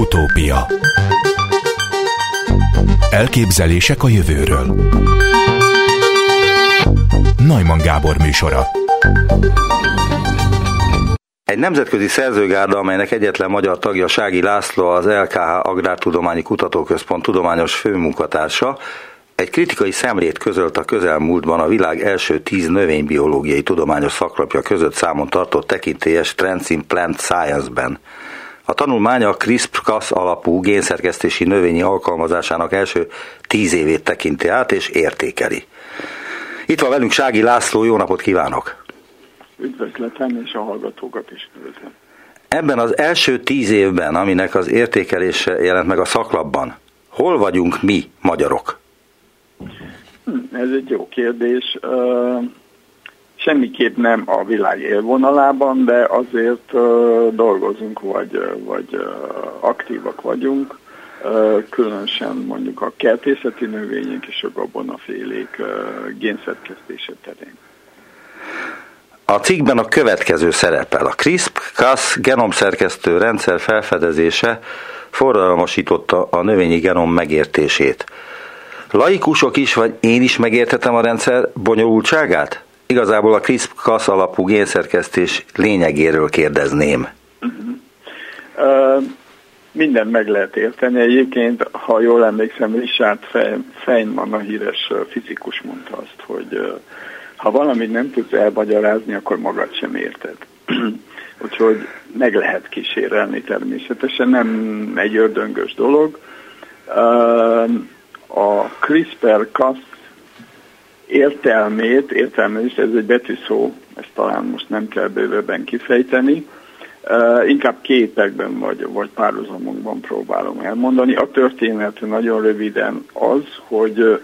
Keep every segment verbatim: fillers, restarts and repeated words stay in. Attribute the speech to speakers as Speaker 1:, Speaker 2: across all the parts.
Speaker 1: Utópia. Elképzelések a jövőről. Neumann Gábor műsora.
Speaker 2: Egy nemzetközi szerzőgárda, amelynek egyetlen magyar tagja Sági László, az el ká há Agrártudományi Kutatóközpont tudományos főmunkatársa, egy kritikai szemlét közölt a közelmúltban a világ első tíz növénybiológiai tudományos szaklapja között számon tartott tekintélyes Trends in Plant Science-ben. A tanulmány a CRISPR-Cas alapú génszerkesztési növényi alkalmazásának első tíz évét tekinti át és értékeli. Itt van velünk Sági László, jó napot kívánok!
Speaker 3: Üdvözletem, és a hallgatókat is üdvözlöm.
Speaker 2: Ebben az első tíz évben, aminek az értékelése jelent meg a szaklapban, hol vagyunk mi, magyarok?
Speaker 3: Ez egy jó kérdés. Semmiképp nem a világ élvonalában, de azért dolgozunk, vagy, vagy aktívak vagyunk. Különösen mondjuk a kertészeti növények és a gabonafélék génszerkesztése terén.
Speaker 2: A cikkben a következő szerepel. A CRISPR-Cas genomszerkesztő rendszer felfedezése forradalmasította a növényi genom megértését. Laikusok is, vagy én is megérthetem a rendszer bonyolultságát? Igazából a CRISPR-Cas alapú génszerkesztés lényegéről kérdezném.
Speaker 3: Uh-huh. Uh, mindent meg lehet érteni. Egyébként, ha jól emlékszem, Richard Feynman, a híres fizikus mondta azt, hogy uh, ha valamit nem tudsz elmagyarázni, akkor magad sem érted. Úgyhogy meg lehet kísérelni természetesen, nem egy ördöngös dolog. Uh, a CRISPR-Cas értelmét, értelmezést, ez egy betűszó, ezt talán most nem kell bővebben kifejteni, uh, inkább képekben vagy, vagy párhuzamokban próbálom elmondani. A történet nagyon röviden az, hogy uh,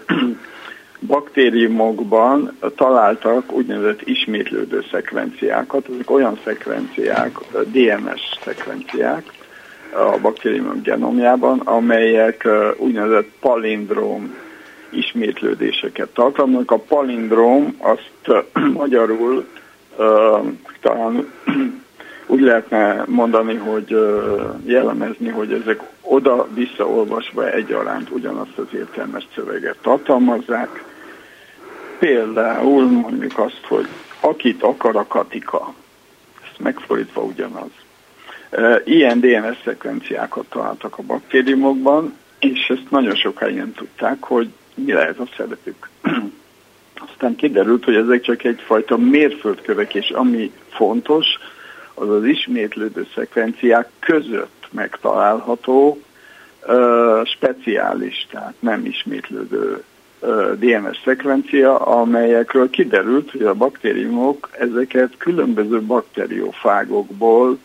Speaker 3: baktériumokban találtak úgynevezett ismétlődő szekvenciákat, ezek olyan szekvenciák, dé en es szekvenciák a baktériumok genomjában, amelyek uh, úgynevezett palindróm ismétlődéseket tartalmaznak. A palindróm azt uh, magyarul uh, talán úgy lehetne mondani, hogy uh, jellemezni, hogy ezek oda-vissza olvasva egyaránt ugyanazt az értelmes szöveget tartalmazzák. Például mondjuk azt, hogy akit akar a Katika, ezt megfordítva ugyanaz. Uh, ilyen dé en es szekvenciákat találtak a baktériumokban, és ezt nagyon sokáig nem tudták, hogy mi lehet a szerepük. Aztán kiderült, hogy ezek csak egyfajta mérföldkövek, és ami fontos, az az ismétlődő szekvenciák között megtalálható uh, speciális, tehát nem ismétlődő uh, dé en es szekvencia, amelyekről kiderült, hogy a baktériumok ezeket különböző bakteriofágokból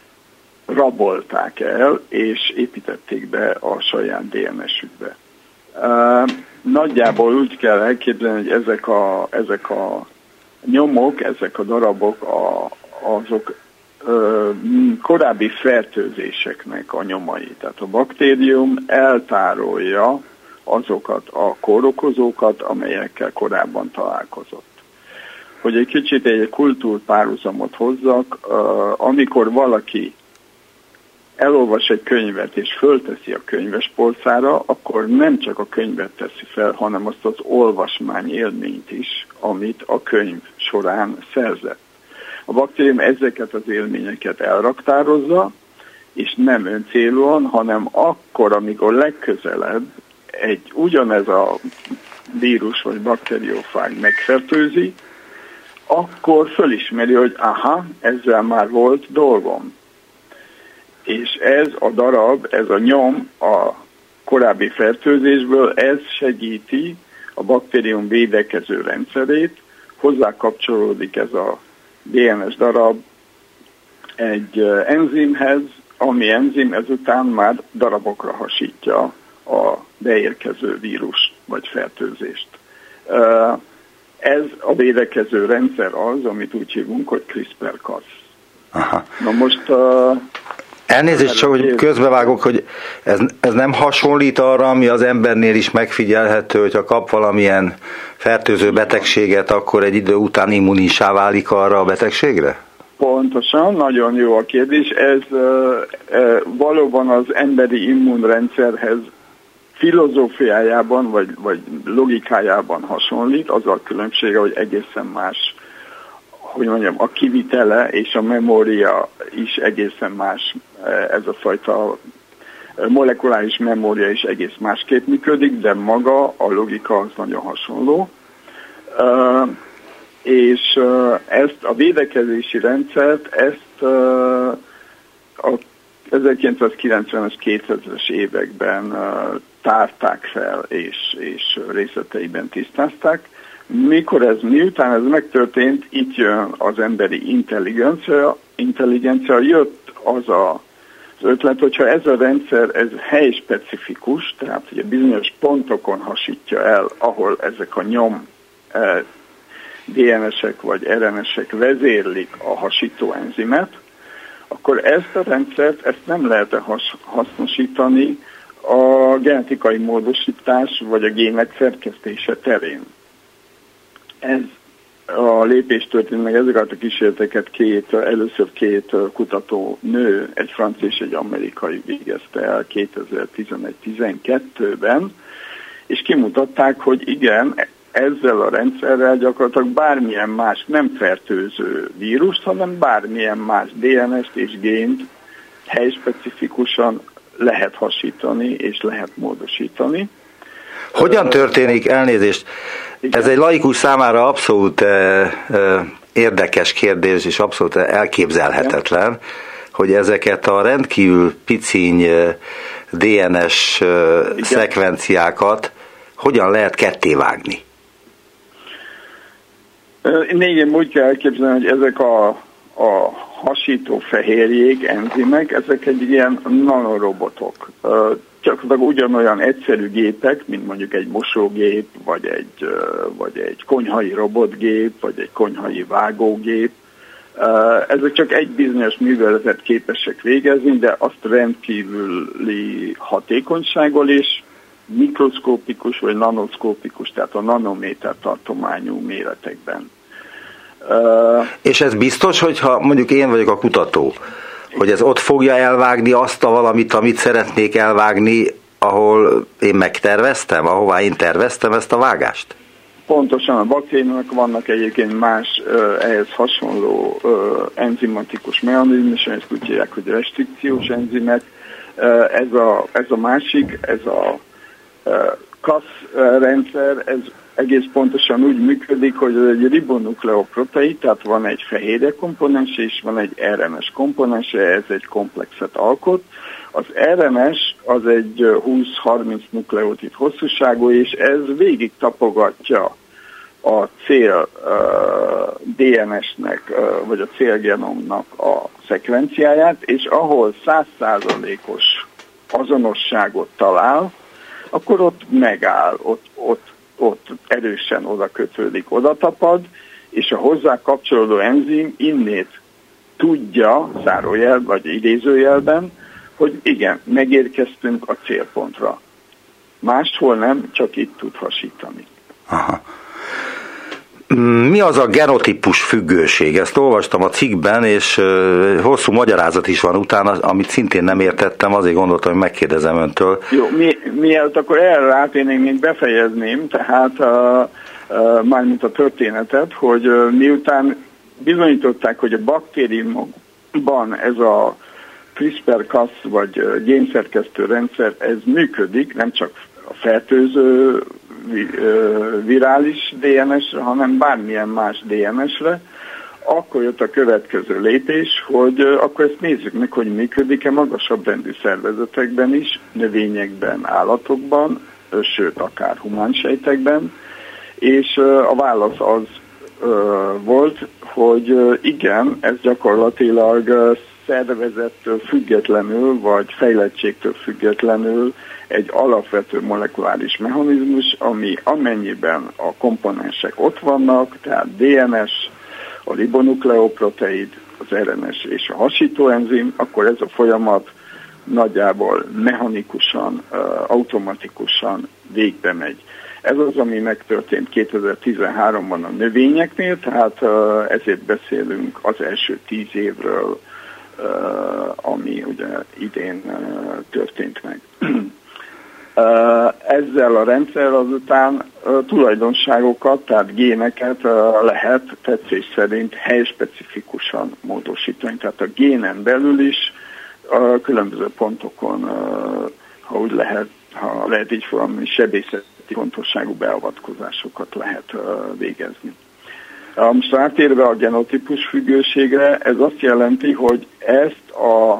Speaker 3: rabolták el, és építették be a saját dé en es-ükbe. Uh, nagyjából úgy kell elképzelni, hogy ezek a, ezek a nyomok, ezek a darabok a, azok uh, korábbi fertőzéseknek a nyomai. Tehát a baktérium eltárolja azokat a kórokozókat, amelyekkel korábban találkozott. Hogy egy kicsit egy kultúrpárhuzamot hozzak, uh, amikor valaki elolvas egy könyvet és fölteszi a könyvespolcára, akkor nem csak a könyvet teszi fel, hanem azt az olvasmány élményt is, amit a könyv során szerzett. A baktérium ezeket az élményeket elraktározza, és nem öncélúan, hanem akkor, amikor legközelebb egy ugyanez a vírus vagy bakteriofág megfertőzi, akkor fölismeri, hogy aha, ezzel már volt dolgom. És ez a darab, ez a nyom a korábbi fertőzésből, ez segíti a baktérium védekező rendszerét, hozzá kapcsolódik ez a dé en es darab egy enzimhez, ami enzim ezután már darabokra hasítja a beérkező vírus vagy fertőzést. Ez a védekező rendszer az, amit úgy hívunk, hogy CRISPR-Cas.
Speaker 2: Aha.
Speaker 3: Na most... Uh,
Speaker 2: Elnézést csak, hogy közbevágok, hogy ez, ez nem hasonlít arra, ami az embernél is megfigyelhető, hogyha kap valamilyen fertőző betegséget, akkor egy idő után immunissá válik arra a betegségre?
Speaker 3: Pontosan, nagyon jó a kérdés. Ez e, e, valóban az emberi immunrendszerhez filozófiájában vagy, vagy logikájában hasonlít, az a különbsége, hogy egészen más, hogy mondjam, a kivitele és a memória is egészen más, ez a fajta molekuláris memória is egész másképp működik, de maga a logika az nagyon hasonló. Uh, és uh, ezt a védekezési rendszert, ezt uh, a ezerkilencszázkilencvenes, kétezres években uh, tárták fel, és, és részleteiben tisztázták. Mikor ez, miután ez megtörtént, itt jön az emberi intelligencia, intelligencia jött az a, az ötlet, hogyha ez a rendszer, ez helyspecifikus, tehát ugye bizonyos pontokon hasítja el, ahol ezek a nyom eh, dé en es-ek vagy er en es-ek vezérlik a hasító enzimet, akkor ezt a rendszert, ezt nem lehet has, hasznosítani a genetikai módosítás vagy a gének szerkesztése terén. Ez a lépés történt meg, ezeket a kísérleteket két, először két kutató nő, egy francia és egy amerikai végezte el kétezer-tizenegy-tizenkettőben, és kimutatták, hogy igen, ezzel a rendszerrel gyakorlatilag bármilyen más nem fertőző vírust, hanem bármilyen más dé en es-t és gént helyspecifikusan lehet hasítani és lehet módosítani.
Speaker 2: Hogyan történik, elnézést, igen. Ez egy laikus számára abszolút eh, eh, érdekes kérdés, és abszolút elképzelhetetlen, igen. hogy ezeket a rendkívül piciny eh, dé en es eh, szekvenciákat hogyan lehet kettévágni?
Speaker 3: Igen, úgy kell elképzelni, hogy ezek a, a hasító fehérjék, enzimek, ezek egy ilyen nanorobotok. Csak ugyanolyan egyszerű gépek, mint mondjuk egy mosógép, vagy egy, vagy egy konyhai robotgép, vagy egy konyhai vágógép. Ezek csak egy bizonyos műveletet képesek végezni, de azt rendkívüli hatékonysággal is, mikroszkópikus vagy nanoszkópikus, tehát a nanométer tartományú méretekben. Uh,
Speaker 2: és ez biztos, hogyha mondjuk én vagyok a kutató, hogy ez ott fogja elvágni azt a valamit, amit szeretnék elvágni, ahol én megterveztem, ahová én terveztem ezt a vágást?
Speaker 3: Pontosan, a baktériumnak vannak egyébként más uh, ehhez hasonló uh, enzimatikus mechanizmus, ezt úgy hívják, hogy restrikciós enzimek. Uh, ez, a, ez a másik, ez a kasz rendszer, ez egész pontosan úgy működik, hogy ez egy ribonukleoproteid, tehát van egy fehérje komponens, és van egy er en es komponens, ez egy komplexet alkot. Az er en es az egy húsz-harminc nukleotid hosszúságú, és ez végig tapogatja a cél uh, dé en es-nek, uh, vagy a célgenomnak a szekvenciáját, és ahol száz százalékos azonosságot talál, akkor ott megáll, ott, ott, ott erősen oda kötődik, oda tapad, és a hozzá kapcsolódó enzim innét tudja, zárójel vagy idézőjelben, hogy igen, megérkeztünk a célpontra. Máshol nem, csak itt tud hasítani.
Speaker 2: Aha. Mi az a genotípus függőség? Ezt olvastam a cikkben, és hosszú magyarázat is van utána, amit szintén nem értettem, azért gondoltam, hogy megkérdezem öntől.
Speaker 3: Jó, mi, mielőtt akkor erre rátérnénk, még befejezném, tehát uh, uh, mármint a történetet, hogy uh, miután bizonyították, hogy a baktériumokban ez a CRISPR-Cas vagy uh, génszerkesztő rendszer, ez működik, nem csak a fertőző virális dé en es-re, hanem bármilyen más dé en es-re, akkor jött a következő lépés, hogy akkor ezt nézzük meg, hogy működik-e magasabb rendű szervezetekben is, növényekben, állatokban, sőt, akár humánsejtekben, és a válasz az volt, hogy igen, ez gyakorlatilag szervezettől függetlenül, vagy fejlettségtől függetlenül egy alapvető molekuláris mechanizmus, ami amennyiben a komponensek ott vannak, tehát dé en es, a ribonukleoproteid, az er en es és a hasítóenzim, akkor ez a folyamat nagyjából mechanikusan, automatikusan végbe megy. Ez az, ami megtörtént kétezer-tizenháromban a növényeknél, tehát ezért beszélünk az első tíz évről, ami ugye idén történt meg. Ezzel a rendszer azután tulajdonságokat, tehát géneket lehet tetszés szerint helyspecifikusan módosítani. Tehát a génen belül is a különböző pontokon, ha úgy lehet, ha lehet így valami sebészeti fontosságú beavatkozásokat lehet végezni. Most átérve a genotípus függőségre, ez azt jelenti, hogy ezt a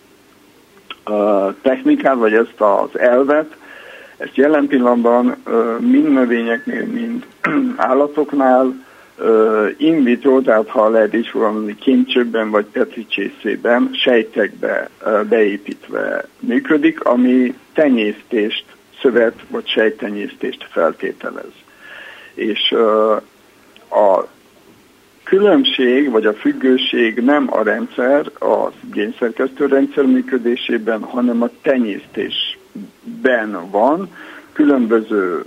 Speaker 3: technikát, vagy ezt az elvet, ezt jelen pillanatban mind növényeknél, mind állatoknál in vitro, tehát ha lehet is valami kémcsőben vagy petricsészében, sejtekbe beépítve működik, ami tenyésztést, szövet vagy sejttenyésztést feltételez. És a különbség, vagy a függőség nem a rendszer, a génszerkesztő rendszer működésében, hanem a tenyésztésben van. Különböző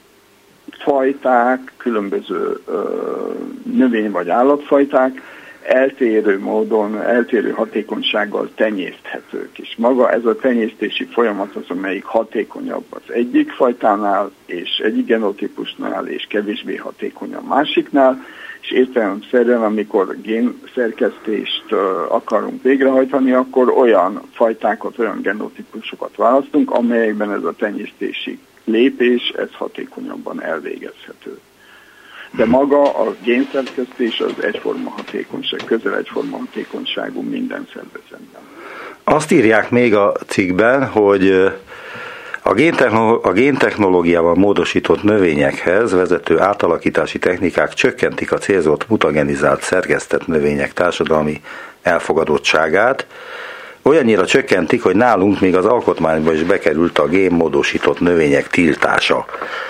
Speaker 3: fajták, különböző ö, növény- vagy állatfajták eltérő módon, eltérő hatékonysággal tenyészthetők. És maga ez a tenyésztési folyamat az, amelyik hatékonyabb az egyik fajtánál, és egyik genotípusnál, és kevésbé hatékony a másiknál, és értelemszerűen, amikor génszerkesztést uh, akarunk végrehajtani, akkor olyan fajtákat, olyan genotípusokat választunk, amelyekben ez a tenyésztési lépés, ez hatékonyabban elvégezhető. De maga a génszerkesztés az egyforma hatékonyság, közel egyforma hatékonyságú minden szervezetben.
Speaker 2: Azt írják még a cikkben, hogy a géntechnoló- a géntechnológiával módosított növényekhez vezető átalakítási technikák csökkentik a célzott mutagenizált szerkesztett növények társadalmi elfogadottságát. Olyannyira csökkentik, hogy nálunk még az alkotmányba is bekerült a génmódosított növények tiltása.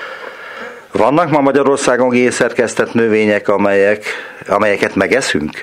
Speaker 2: Vannak ma Magyarországon génszerkesztett növények, amelyek, amelyeket megeszünk?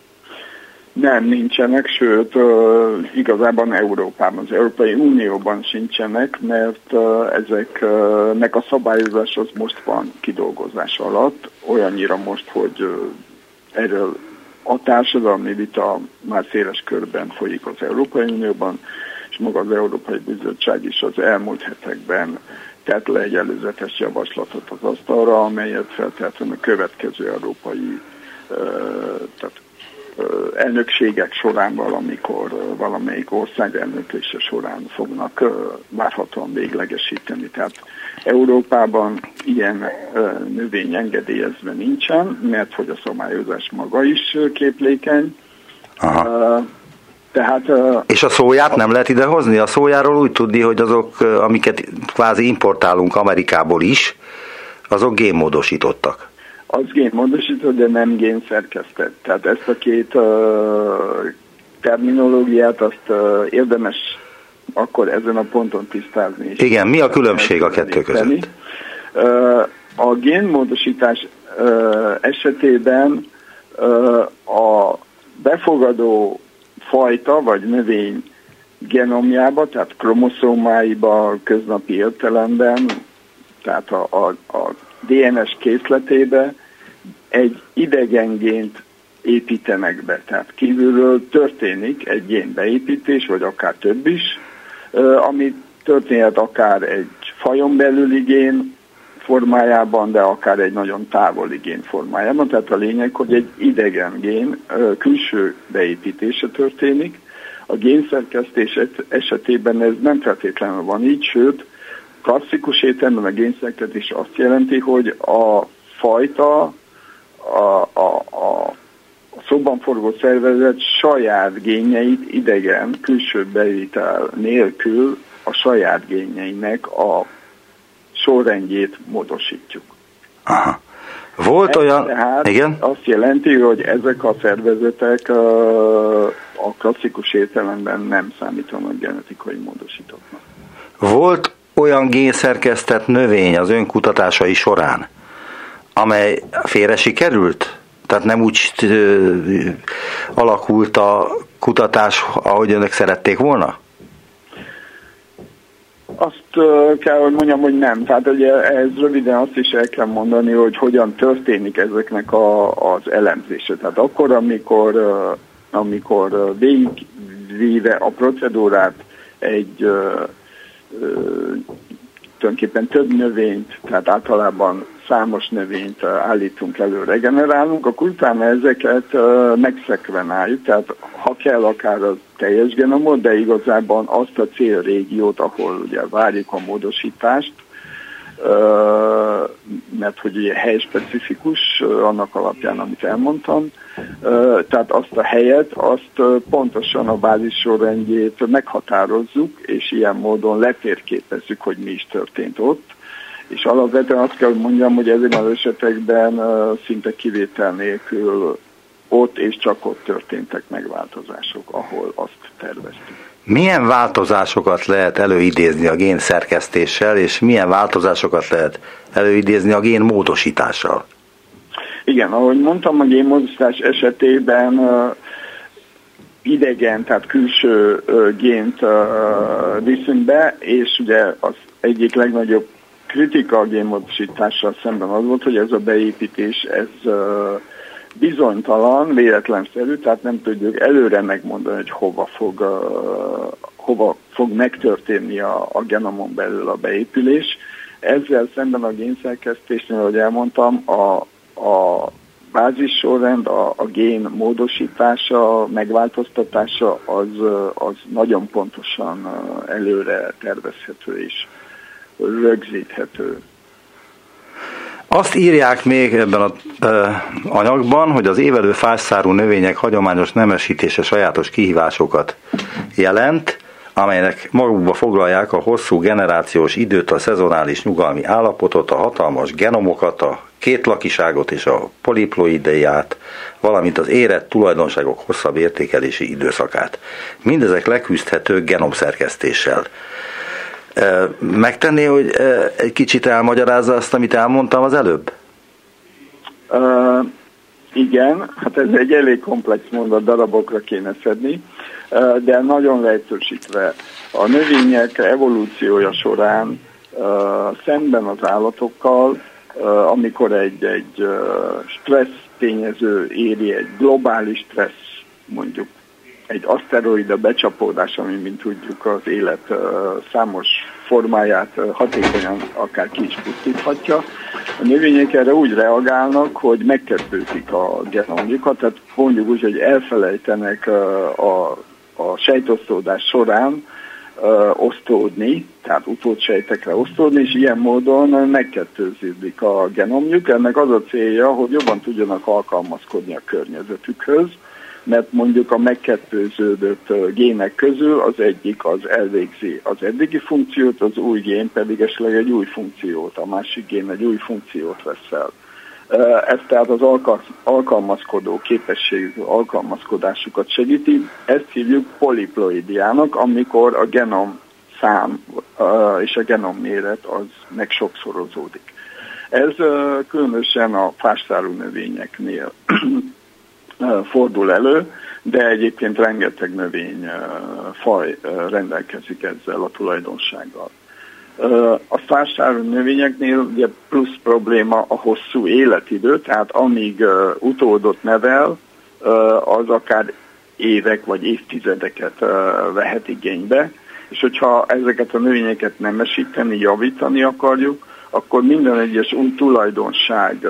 Speaker 3: Nem, nincsenek, sőt, uh, igazában Európában, az Európai Unióban sincsenek, mert uh, ezeknek a szabályozás az most van kidolgozás alatt, olyannyira most, hogy uh, erről a társadalmi vita már széles körben folyik az Európai Unióban, és maga az Európai Bizottság is az elmúlt hetekben tett le egy előzetes javaslatot az asztalra, amelyet feltétlenül a következő európai uh, tehát elnökségek során valamikor valamelyik ország elnöklése során fognak várhatóan véglegesíteni. Tehát Európában ilyen növény engedélyezve nincsen, mert hogy a szabályozás maga is képlékeny.
Speaker 2: Aha.
Speaker 3: Tehát,
Speaker 2: és a szóját nem lehet idehozni? A szójáról úgy tudni, hogy azok, amiket kvázi importálunk Amerikából is, azok génmódosítottak.
Speaker 3: Az génmódosított, de nem génszerkesztett. Tehát ezt a két uh, terminológiát azt uh, érdemes akkor ezen a ponton tisztázni.
Speaker 2: Igen, mi a különbség a kettő között?
Speaker 3: Uh, a génmódosítás uh, esetében uh, a befogadó fajta vagy növény genomjába, tehát kromoszómáiba, köznapi értelemben, tehát a, a, a dé en es készletébe egy idegen gént építenek be, tehát kívülről történik egy génbeépítés, vagy akár több is, ami történhet akár egy fajon belüli gén formájában, de akár egy nagyon távoli gén formájában. Tehát a lényeg, hogy egy idegen gén külső beépítése történik. A génszerkesztés esetében ez nem feltétlenül van így, sőt, klasszikus értelemben a génszerkesztés azt jelenti, hogy a fajta, a, a, a szóban forgó szervezet saját génjeit idegen, külső bevitel nélkül a saját génjeinek a sorrendjét módosítjuk.
Speaker 2: Aha. Volt Ez olyan...
Speaker 3: Tehát
Speaker 2: igen?
Speaker 3: azt jelenti, hogy ezek a szervezetek a klasszikus értelemben nem számítanak genetikai módosítottnak.
Speaker 2: Volt olyan génszerkesztett növény az önkutatásai során, amely félre sikerült? Tehát nem úgy ö, alakult a kutatás, ahogy önök szerették volna?
Speaker 3: Azt kell, hogy mondjam, hogy nem. Tehát ugye ez röviden azt is el kell mondani, hogy hogyan történik ezeknek a, az elemzése. Tehát akkor, amikor, amikor végigvéve a procedúrát egy tulajdonképpen több növényt, tehát általában számos növényt állítunk elő, regenerálunk, akkor utána ezeket megszekvenáljuk, tehát ha kell akár a teljes genomot, de igazából azt a célrégiót, ahol ugye várjuk a módosítást, mert hogy ugye helyspecifikus annak alapján, amit elmondtam, tehát azt a helyet, azt pontosan a bázis sorrendjét meghatározzuk, és ilyen módon letérképezzük, hogy mi is történt ott. És alapvetően azt kell, hogy mondjam, hogy ezekben az esetekben uh, szinte kivétel nélkül ott és csak ott történtek megváltozások, ahol azt terveztük.
Speaker 2: Milyen változásokat lehet előidézni a génszerkesztéssel, és milyen változásokat lehet előidézni a génmódosítással? Igen, ahogy mondtam, a génmódosítás esetében uh, idegen, tehát külső uh, gént uh, viszünk be, és ugye az egyik legnagyobb kritika a génmódosítással szemben az volt, hogy ez a beépítés, ez bizonytalan, véletlenszerű, tehát nem tudjuk előre megmondani, hogy hova fog, hova fog megtörténni a, a genomon belül a beépülés. Ezzel szemben a génszerkesztésnél, ahogy elmondtam, a, a bázis sorrend, a, a gén módosítása, megváltoztatása az, az nagyon pontosan előre tervezhető is. Rögzíthető. Azt írják még ebben az anyagban, hogy az évelő fászszárú növények hagyományos nemesítése sajátos kihívásokat jelent, amelynek magukba foglalják a hosszú generációs időt, a szezonális nyugalmi állapotot, a hatalmas genomokat, a kétlakiságot és a poliploideiát, valamint az érett tulajdonságok hosszabb értékelési időszakát. Mindezek leküzdhető genomszerkesztéssel. Megtenné, hogy egy kicsit elmagyarázza azt, amit elmondtam az előbb?
Speaker 3: Uh, igen, hát ez egy elég komplex mondat, darabokra kéne szedni, uh, de nagyon leegyszerűsítve. A növények evolúciója során uh, szemben az állatokkal, uh, amikor egy, egy uh, stressz tényező éri, egy globális stressz, mondjuk egy aszteroida becsapódás, ami, mint tudjuk, az élet uh, számos formáját uh, hatékonyan akár ki is pusztíthatja. A növények erre úgy reagálnak, hogy megkettőzik a genomjukat, tehát mondjuk úgy, hogy elfelejtenek uh, a, a sejtosztódás során uh, osztódni, tehát utódsejtekre osztódni, és ilyen módon megkettőződik a genomjuk. Ennek az a célja, hogy jobban tudjanak alkalmazkodni a környezetükhöz, mert mondjuk a megkettőződött gének közül az egyik az elvégzi az eddigi funkciót, az új gén pedig esetleg egy új funkciót, a másik gén egy új funkciót vesz fel. Ez tehát az alkalmazkodó képességű alkalmazkodásukat segíti, ezt hívjuk poliploidiának, amikor a genom szám és a genom méret az meg sokszorozódik. Ez különösen a fászszárú növényeknél fordul elő, de egyébként rengeteg növényfaj rendelkezik ezzel a tulajdonsággal. A fászszárú növényeknél ugye plusz probléma a hosszú életidő, tehát amíg utódot nevel, az akár évek vagy évtizedeket vehet igénybe, és hogyha ezeket a növényeket nemesíteni, javítani akarjuk, akkor minden egyes új tulajdonság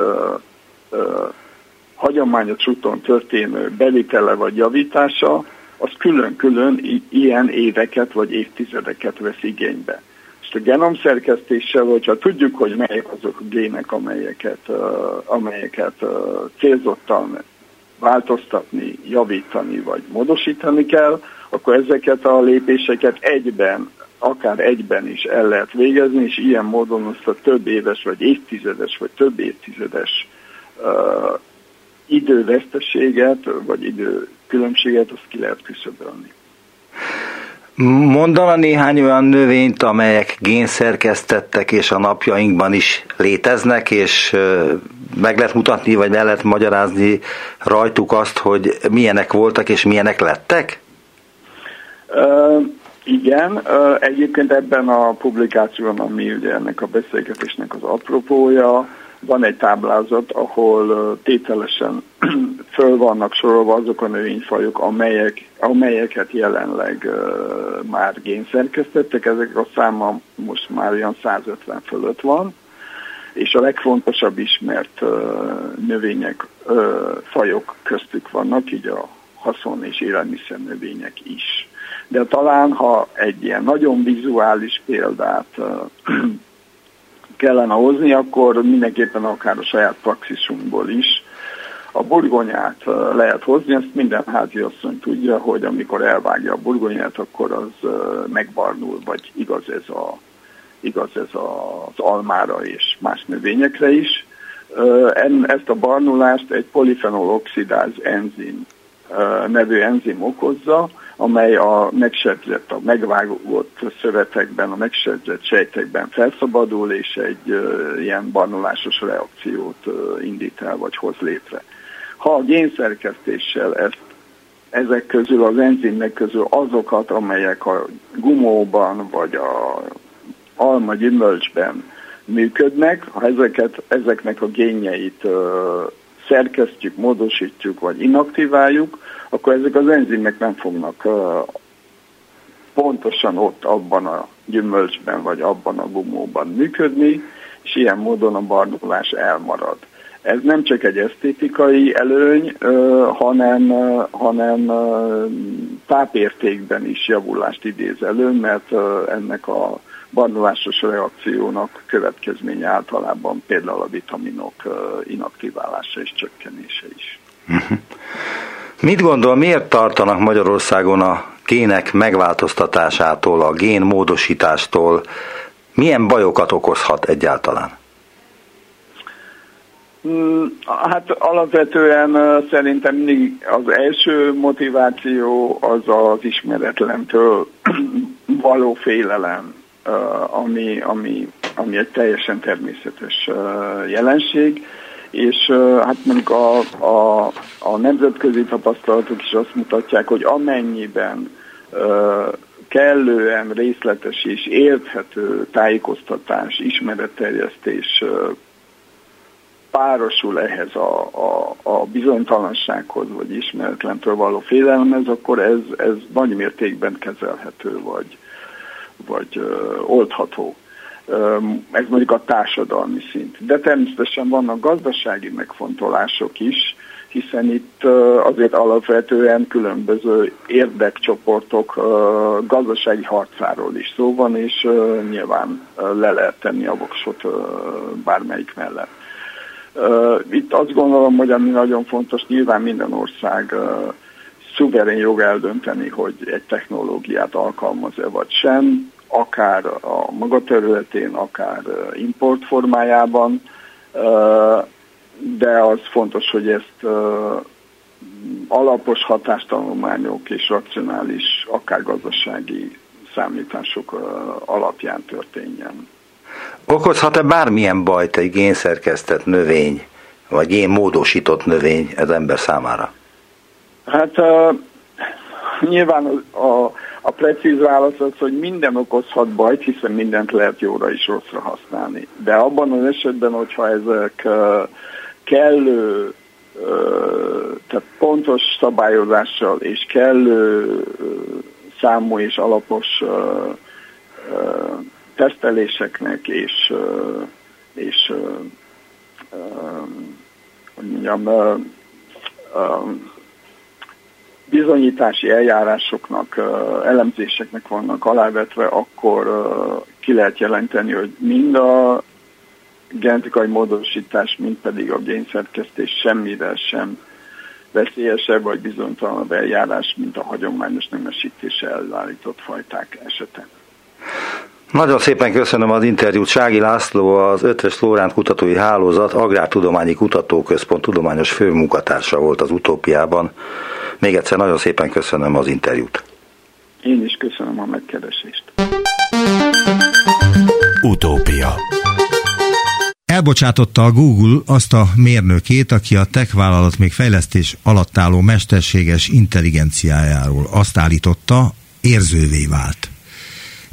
Speaker 3: hagyományos úton történő bevitele vagy javítása, az külön-külön i- ilyen éveket vagy évtizedeket vesz igénybe. És a genomszerkesztéssel, hogyha tudjuk, hogy melyek azok a gének, amelyeket, uh, amelyeket uh, célzottan változtatni, javítani vagy módosítani kell, akkor ezeket a lépéseket egyben, akár egyben is el lehet végezni, és ilyen módon azt a több éves, vagy évtizedes, vagy több évtizedes uh, időveszteséget, vagy időkülönbséget, azt ki lehet küszöbölni.
Speaker 2: Mondana néhány olyan növényt, amelyek génszerkesztettek, és a napjainkban is léteznek, és meg lehet mutatni, vagy el lehet magyarázni rajtuk azt, hogy milyenek voltak, és milyenek lettek?
Speaker 3: Igen, egyébként ebben a publikációban, ami ugye ennek a beszélgetésnek az apropója, van egy táblázat, ahol tételesen föl vannak sorolva azok a növényfajok, amelyek, amelyeket jelenleg uh, már génszerkesztettek. Ezek a száma most már olyan százötven fölött van, és a legfontosabb ismert uh, növények, uh, fajok köztük vannak, így a haszon- és élelmiszer növények is. De talán, ha egy ilyen nagyon vizuális példát uh, kellene hozni, akkor mindenképpen akár a saját praxisunkból is a burgonyát lehet hozni. Ezt minden háziasszony tudja, hogy amikor elvágja a burgonyát, akkor az megbarnul, vagy igaz ez, a, igaz ez az almára és más növényekre is. Ezt a barnulást egy polifenol-oxidáz enzim nevű enzim okozza, amely a megsebzett, a megvágott szövetekben, a megsebzett sejtekben felszabadul, és egy uh, ilyen barnulásos reakciót uh, indít el, vagy hoz létre. Ha a génszerkesztéssel ezt, ezek közül, az enzimnek közül azokat, amelyek a gumóban, vagy a alma gyümölcsben működnek, ha ezeket, ezeknek a génjeit uh, szerkesztjük, módosítjuk, vagy inaktiváljuk, akkor ezek az enzimek nem fognak uh, pontosan ott abban a gyümölcsben, vagy abban a gumóban működni, és ilyen módon a barnulás elmarad. Ez nem csak egy esztétikai előny, uh, hanem, uh, hanem uh, tápértékben is javulást idéz elő, mert uh, ennek a barnulásos reakciónak következménye általában például a vitaminok uh, inaktiválása és csökkenése is.
Speaker 2: Mit gondol, miért tartanak Magyarországon a gének megváltoztatásától, a génmódosítástól? Milyen bajokat okozhat egyáltalán?
Speaker 3: Hát alapvetően szerintem mindig az első motiváció az az ismeretlentől való félelem, ami, ami, ami egy teljesen természetes jelenség. És hát mondjuk a, a, a nemzetközi tapasztalatok is azt mutatják, hogy amennyiben uh, kellően részletes és érthető tájékoztatás, ismeretterjesztés uh, párosul ehhez a, a, a bizonytalansághoz, vagy ismeretlentől való félelemhez, akkor ez, ez nagy mértékben kezelhető, vagy, vagy uh, oldható. Ez mondjuk a társadalmi szint. De természetesen vannak gazdasági megfontolások is, hiszen itt azért alapvetően különböző érdekcsoportok gazdasági harcáról is szó van, és nyilván le lehet tenni a voksot bármelyik mellett. Itt azt gondolom, hogy ami nagyon fontos, nyilván minden ország szuverén jog eldönteni, hogy egy technológiát alkalmaz-e vagy sem, akár a maga területén, akár import formájában, de az fontos, hogy ezt alapos hatástanulmányok és racionális, akár gazdasági számítások alapján történjen.
Speaker 2: Okozhat-e bármilyen bajt egy génszerkesztett növény, vagy génmódosított növény az ember számára?
Speaker 3: Hát uh, nyilván a, a, a precíz válasz az, hogy minden okozhat bajt, hiszen mindent lehet jóra és rosszra használni. De abban az esetben, hogyha ezek uh, kellő, uh, tehát pontos szabályozással és kellő uh, számú és alapos uh, uh, teszteléseknek és, uh, és uh, uh, hogy mondjam, uh, uh, bizonyítási eljárásoknak, uh, elemzéseknek vannak alávetve, akkor uh, ki lehet jelenteni, hogy mind a genetikai módosítás, mind pedig a génszerkesztés semmire sem veszélyesebb vagy bizonytalanabb eljárás, mint a hagyományos nemesítése elállított fajták esetén.
Speaker 2: Nagyon szépen köszönöm az interjút. Sági László, az Eötvös Loránd Kutatói Hálózat Agrártudományi Kutatóközpont tudományos főmunkatársa volt az Utópiában. Még egyszer nagyon szépen köszönöm az interjút.
Speaker 3: Én is köszönöm a megkeresést.
Speaker 1: Utópia.
Speaker 4: Elbocsátotta a Google azt a mérnökét, aki a tech vállalat még fejlesztés alatt álló mesterséges intelligenciájáról azt állította, érzővé vált.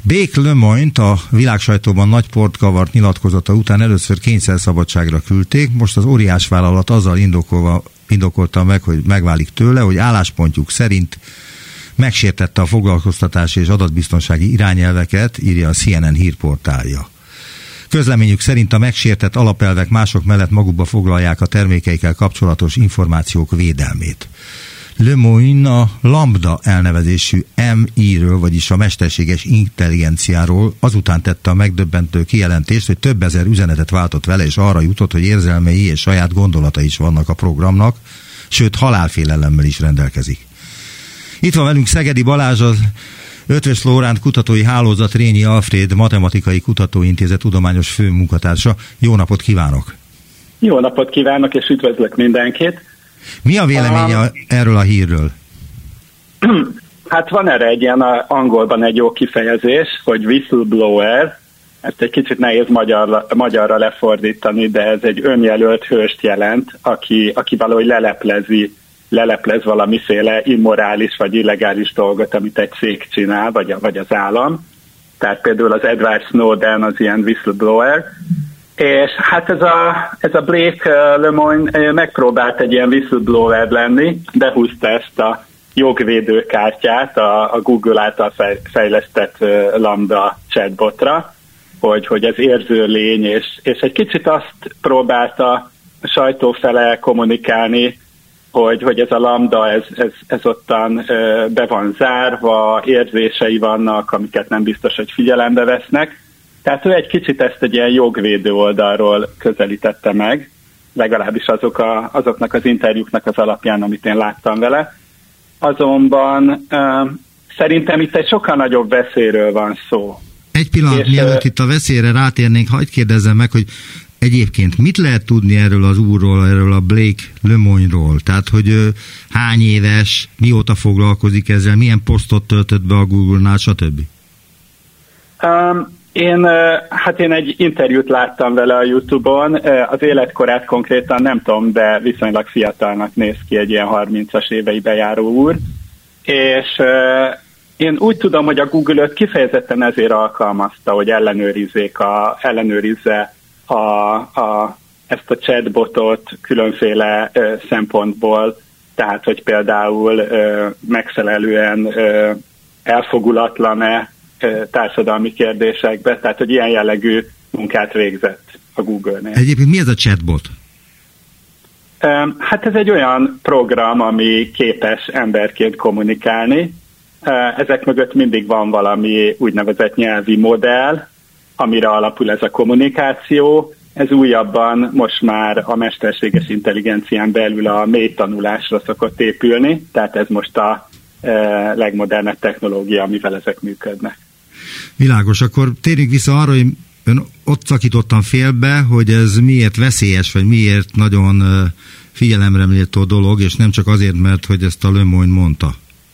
Speaker 4: Blake Lemoine-t a világsajtóban nagy port kavart nyilatkozata után először kényszerszabadságra küldték, most az óriás vállalat azzal indokolva, indokolta meg, hogy megválik tőle, hogy álláspontjuk szerint megsértette a foglalkoztatási és adatbiztonsági irányelveket, írja a C N N hírportálja. Közleményük szerint a megsértett alapelvek mások mellett magukba foglalják a termékeikkel kapcsolatos információk védelmét. Lemoine a Lambda elnevezésű M I-ről, vagyis a mesterséges intelligenciáról azután tette a megdöbbentő kijelentést, hogy több ezer üzenetet váltott vele, és arra jutott, hogy érzelmei és saját gondolatai is vannak a programnak, sőt halálfélelemmel is rendelkezik. Itt van velünk Szegedi Balázs, az Eötvös Loránd Kutatói Hálózat Rényi Alfréd Matematikai Kutatóintézet tudományos főmunkatársa. Jó napot kívánok!
Speaker 5: Jó napot kívánok, és üdvözlök mindenkit!
Speaker 4: Mi a véleménye um, erről a hírről?
Speaker 5: Hát van erre egy ilyen angolban egy jó kifejezés, hogy whistleblower. Ezt egy kicsit nehéz magyarra, magyarra lefordítani, de ez egy önjelölt hőst jelent, aki, aki valahogy leleplezi, leleplez valamiféle immorális vagy illegális dolgot, amit egy cég csinál, vagy, a, vagy az állam. Tehát például az Edward Snowden az ilyen whistleblower. És hát ez a, ez a Blake Lemoine megpróbált egy ilyen whistleblower lenni, behúzta ezt a jogvédőkártyát a, a Google által fejlesztett Lambda chatbotra, hogy, hogy ez érző lény, és, és egy kicsit azt próbálta a sajtó fele kommunikálni, hogy, hogy ez a Lambda, ez, ez, ez ottan be van zárva, érzései vannak, amiket nem biztos, hogy figyelembe vesznek. Tehát ő egy kicsit ezt egy ilyen jogvédő oldalról közelítette meg, legalábbis azok a, azoknak az interjúknak az alapján, amit én láttam vele. Azonban uh, szerintem itt egy sokkal nagyobb veszélyről van szó.
Speaker 4: Egy pillanat, és, mielőtt uh, itt a veszélyre rátérnénk, hagyd kérdezzem meg, hogy egyébként mit lehet tudni erről az úrról, erről a Blake Lemoine-ról? Tehát, hogy uh, hány éves, mióta foglalkozik ezzel, milyen posztot töltött be a Google-nál, stb.?
Speaker 5: Um, Én, hát én egy interjút láttam vele a YouTube-on, az életkorát konkrétan nem tudom, de viszonylag fiatalnak néz ki, egy ilyen harmincas éveibe járó úr, és én úgy tudom, hogy a Google őt kifejezetten ezért alkalmazta, hogy ellenőrizzék a, ellenőrizze a, a, ezt a chatbotot különféle szempontból, tehát, hogy például megfelelően elfogulatlan-e társadalmi kérdésekbe, tehát hogy ilyen jellegű munkát végzett a Google-nél.
Speaker 4: Egyébként mi ez a chatbot?
Speaker 5: Hát ez egy olyan program, ami képes emberként kommunikálni. Ezek mögött mindig van valami úgynevezett nyelvi modell, amire alapul ez a kommunikáció. Ez újabban most már a mesterséges intelligencián belül a mély tanulásra szokott épülni, tehát ez most a legmodernebb technológia, amivel ezek működnek.
Speaker 4: Világos, akkor térjünk vissza arra, hogy ön ott szakítottam félbe, hogy ez miért veszélyes, vagy miért nagyon figyelemre méltó dolog, és nem csak azért, mert hogy ezt a Lemoine mondta.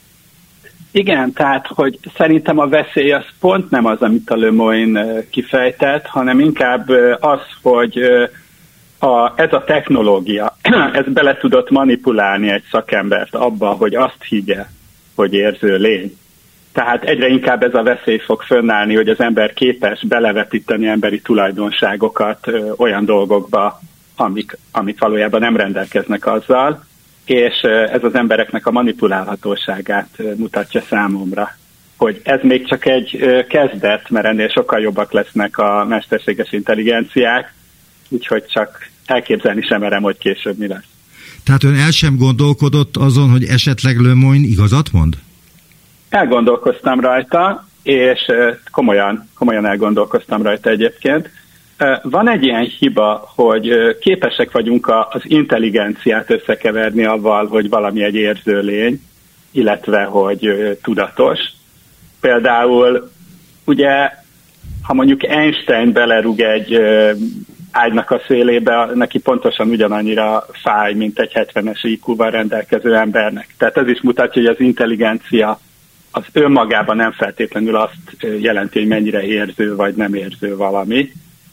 Speaker 5: Igen, tehát, hogy szerintem a veszély az pont nem az, amit a Lemoine kifejtett, hanem inkább az, hogy a, ez a technológia, ez bele tudott manipulálni egy szakembert abba, hogy azt higgye, hogy érző lény. Tehát egyre inkább ez a veszély fog fönnállni, hogy az ember képes belevetíteni emberi tulajdonságokat ö, olyan dolgokba, amik, amik valójában nem rendelkeznek azzal, és ö, ez az embereknek a manipulálhatóságát ö, mutatja számomra. Hogy ez még csak egy ö, kezdet, mert ennél sokkal jobbak lesznek a mesterséges intelligenciák, úgyhogy csak elképzelni sem merem, hogy később mi lesz.
Speaker 4: Tehát ön el sem gondolkodott azon, hogy esetleg Lemoine igazat mond?
Speaker 5: Elgondolkoztam rajta, és komolyan, komolyan elgondolkoztam rajta egyébként. Van egy ilyen hiba, hogy képesek vagyunk az intelligenciát összekeverni avval, hogy valami egy érző lény, illetve hogy tudatos. Például, ugye, ha mondjuk Einstein belerúg egy ágynak a szélébe, neki pontosan ugyanannyira fáj, mint egy hetvenes í kúval rendelkező embernek. Tehát ez is mutatja, hogy az intelligencia az önmagában nem feltétlenül azt jelenti, hogy mennyire érző vagy nem érző valami.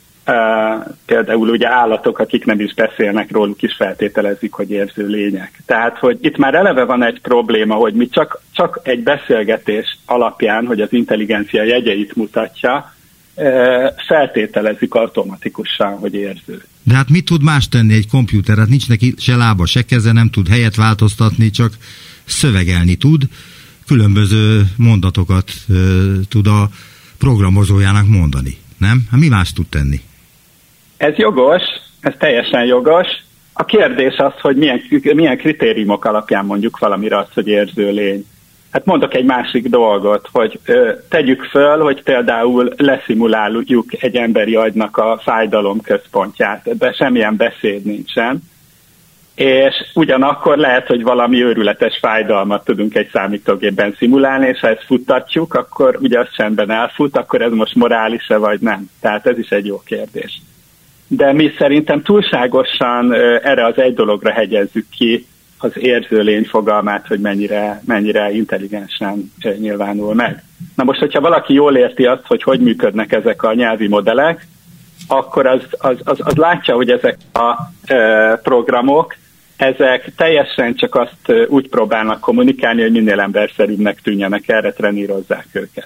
Speaker 5: Például ugye állatok, akik nem is beszélnek róluk, is feltételezik, hogy érző lények. Tehát, hogy itt már eleve van egy probléma, hogy mi csak, csak csak egy beszélgetés alapján, hogy az intelligencia jegyeit mutatja, feltételezik automatikusan, hogy érző.
Speaker 4: De hát mit tud más tenni egy komputer? Hát nincs neki se lába, se keze, nem tud helyet változtatni, csak szövegelni tud, különböző mondatokat e, tud a programozójának mondani, nem? Hát mi más tud tenni?
Speaker 5: Ez jogos, ez teljesen jogos. A kérdés az, hogy milyen, milyen kritériumok alapján mondjuk valamire azt, hogy érző lény. Hát mondok egy másik dolgot, hogy ö, tegyük föl, hogy például leszimuláljuk egy emberi agynak a fájdalom központját, ebben semmilyen beszéd nincsen, és ugyanakkor lehet, hogy valami őrületes fájdalmat tudunk egy számítógépben szimulálni, és ha ezt futtatjuk, akkor ugye az csendben elfut, akkor ez most morális-e vagy nem. Tehát ez is egy jó kérdés. De mi szerintem túlságosan ö, erre az egy dologra hegyezzük ki az érző lény fogalmát, hogy mennyire, mennyire intelligensen nyilvánul meg. Na most, hogyha valaki jól érti azt, hogy hogy működnek ezek a nyelvi modellek, akkor az, az, az, az látja, hogy ezek a e, programok, ezek teljesen csak azt úgy próbálnak kommunikálni, hogy minél emberszerűbbnek tűnjenek, erre trenírozzák őket.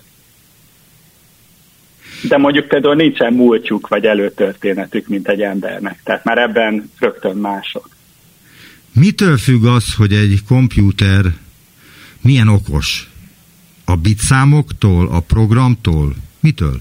Speaker 5: De mondjuk például nincsen múltjuk vagy előtörténetük, mint egy embernek. Tehát már ebben rögtön mások.
Speaker 4: Mitől függ az, hogy egy kompjúter milyen okos? A bitszámoktól, a programtól? Mitől?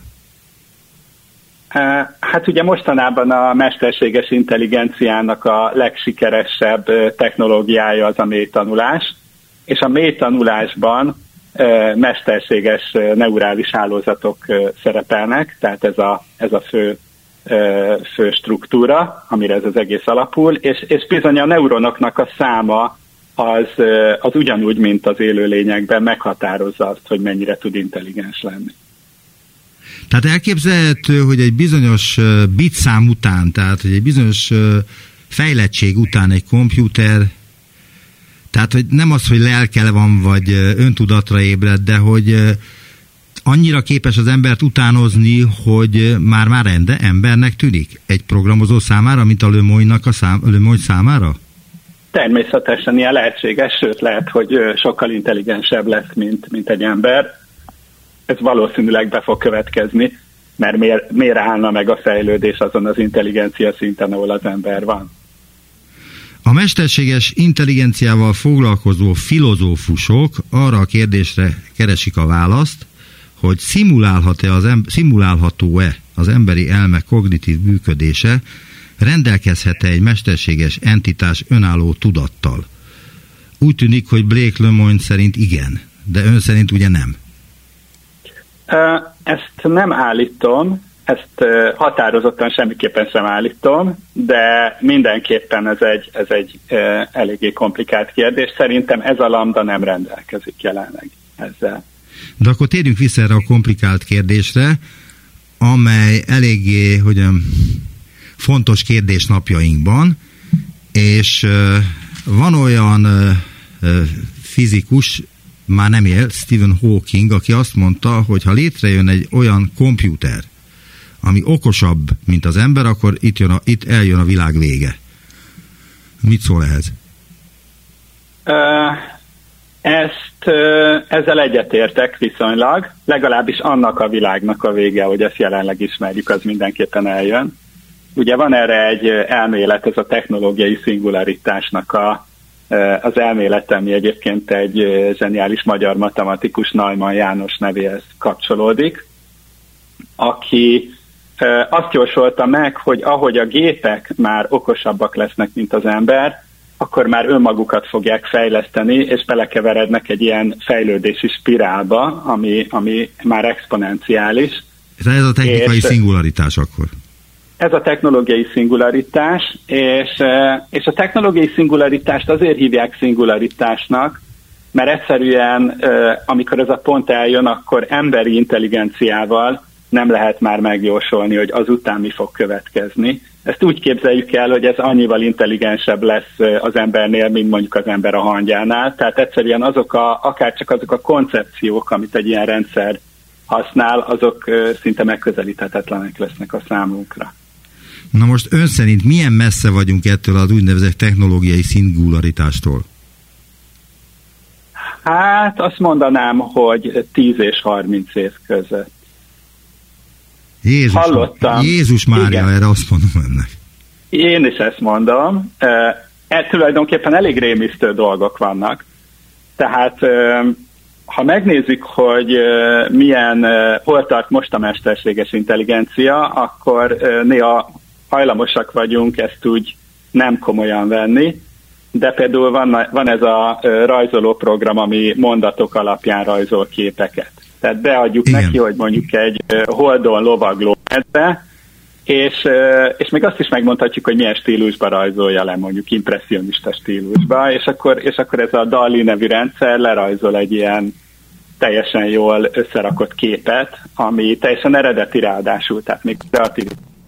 Speaker 5: Hát ugye mostanában a mesterséges intelligenciának a legsikeresebb technológiája az a mélytanulás, és a mélytanulásban mesterséges neurális hálózatok szerepelnek, tehát ez a, ez a fő fő struktúra, amire ez az egész alapul, és, és bizony a neuronoknak a száma az, az ugyanúgy, mint az élőlényekben meghatározza azt, hogy mennyire tud intelligens lenni.
Speaker 4: Tehát elképzelhető, hogy egy bizonyos bitszám után, tehát hogy egy bizonyos fejlettség után egy komputer, tehát hogy nem az, hogy lelke van, vagy öntudatra ébred, de hogy annyira képes az embert utánozni, hogy már-már ende embernek tűnik egy programozó számára, mint a Lemoyne-nak a szám, Lemoyne számára?
Speaker 5: Természetesen ilyen lehetséges, sőt lehet, hogy sokkal intelligensebb lesz, mint, mint egy ember. Ez valószínűleg be fog következni, mert miért, miért állna meg a fejlődés azon az intelligencia szinten, ahol az ember van.
Speaker 4: A mesterséges intelligenciával foglalkozó filozófusok arra a kérdésre keresik a választ, hogy szimulálhat-e az em- szimulálható-e az emberi elme kognitív működése, rendelkezhet-e egy mesterséges entitás önálló tudattal. Úgy tűnik, hogy Blake Lemoine szerint igen, de ön szerint ugye nem.
Speaker 5: Ezt nem állítom, ezt határozottan semmiképpen sem állítom, de mindenképpen ez egy, ez egy eléggé komplikált kérdés. Szerintem ez a lambda nem rendelkezik jelenleg ezzel.
Speaker 4: De akkor térjünk vissza erre a komplikált kérdésre, amely eléggé, hogyan, fontos kérdés napjainkban, és van olyan fizikus, már nem él, Stephen Hawking, aki azt mondta, hogy ha létrejön egy olyan komputer, ami okosabb, mint az ember, akkor itt, jön a, itt eljön a világ vége. Mit szól ehhez?
Speaker 5: Uh, ezt, uh, ezzel egyetértek viszonylag, legalábbis annak a világnak a vége, hogy ezt jelenleg ismerjük, az mindenképpen eljön. Ugye van erre egy elmélet, ez a technológiai szingularitásnak a, az elmélete, ami egyébként egy zseniális magyar matematikus, Neumann János nevéhez kapcsolódik, aki azt jósolta meg, hogy ahogy a gépek már okosabbak lesznek, mint az ember, akkor már önmagukat fogják fejleszteni, és belekeverednek egy ilyen fejlődési spirálba, ami, ami már exponenciális.
Speaker 4: Ez a technikai szingularitás akkor?
Speaker 5: Ez a technológiai szingularitás, és, és a technológiai szingularitást azért hívják szingularitásnak, mert egyszerűen, amikor ez a pont eljön, akkor emberi intelligenciával nem lehet már megjósolni, hogy azután mi fog következni. Ezt úgy képzeljük el, hogy ez annyival intelligensebb lesz az embernél, mint mondjuk az ember a hangyánál. Tehát egyszerűen azok a, akár csak azok a koncepciók, amit egy ilyen rendszer használ, azok szinte megközelíthetetlenek lesznek a számunkra.
Speaker 4: Na most ön szerint milyen messze vagyunk ettől az úgynevezett technológiai szingularitástól?
Speaker 5: Hát azt mondanám, hogy tíz és harminc év között.
Speaker 4: Jézus,
Speaker 5: Hallottam.
Speaker 4: Jézus Mária, igen. Erre azt mondom ennek.
Speaker 5: Én is ezt mondom. E, tulajdonképpen elég rémisztő dolgok vannak. Tehát ha megnézzük, hogy milyen, hol tart most a mesterséges intelligencia, akkor néha hajlamosak vagyunk ezt úgy nem komolyan venni, de például van, van ez a rajzoló program, ami mondatok alapján rajzol képeket. Tehát beadjuk igen. neki, hogy mondjuk egy holdon lovagló medve, és, és még azt is megmondhatjuk, hogy milyen stílusba rajzolja le, mondjuk impresszionista stílusba, és akkor, és akkor ez a DALL-E nevű rendszer lerajzol egy ilyen teljesen jól összerakott képet, ami teljesen eredeti ráadásul, tehát még kreatív.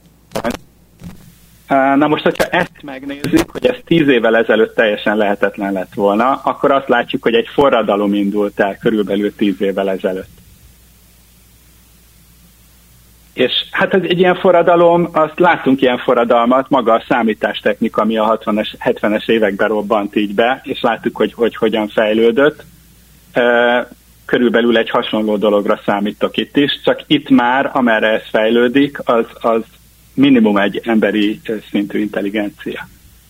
Speaker 5: Na most, hogyha ezt megnézzük, hogy ez tíz évvel ezelőtt teljesen lehetetlen lett volna, akkor azt látjuk, hogy egy forradalom indult el körülbelül tíz évvel ezelőtt. És hát ez egy ilyen forradalom, azt láttunk ilyen forradalmat, maga a számítástechnika, ami a hatvanas, hetvenes években robbant így be, és láttuk, hogy, hogy hogyan fejlődött. Körülbelül egy hasonló dologra számítok itt is, csak itt már, amerre ez fejlődik, az, az minimum egy emberi szintű intelligencia.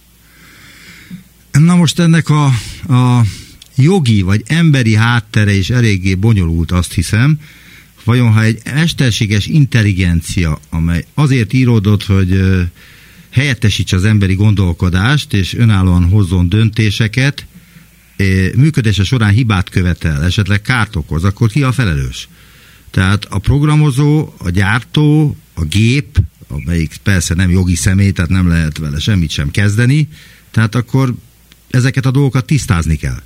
Speaker 4: Na most ennek a, a jogi vagy emberi háttere is eléggé bonyolult, azt hiszem. Vajon ha egy mesterséges intelligencia, amely azért íródott, hogy helyettesítse az emberi gondolkodást, és önállóan hozzon döntéseket, működése során hibát követel, esetleg kárt okoz, akkor ki a felelős? Tehát a programozó, a gyártó, a gép, amelyik persze nem jogi személy, tehát nem lehet vele semmit sem kezdeni, tehát akkor ezeket a dolgokat tisztázni kell.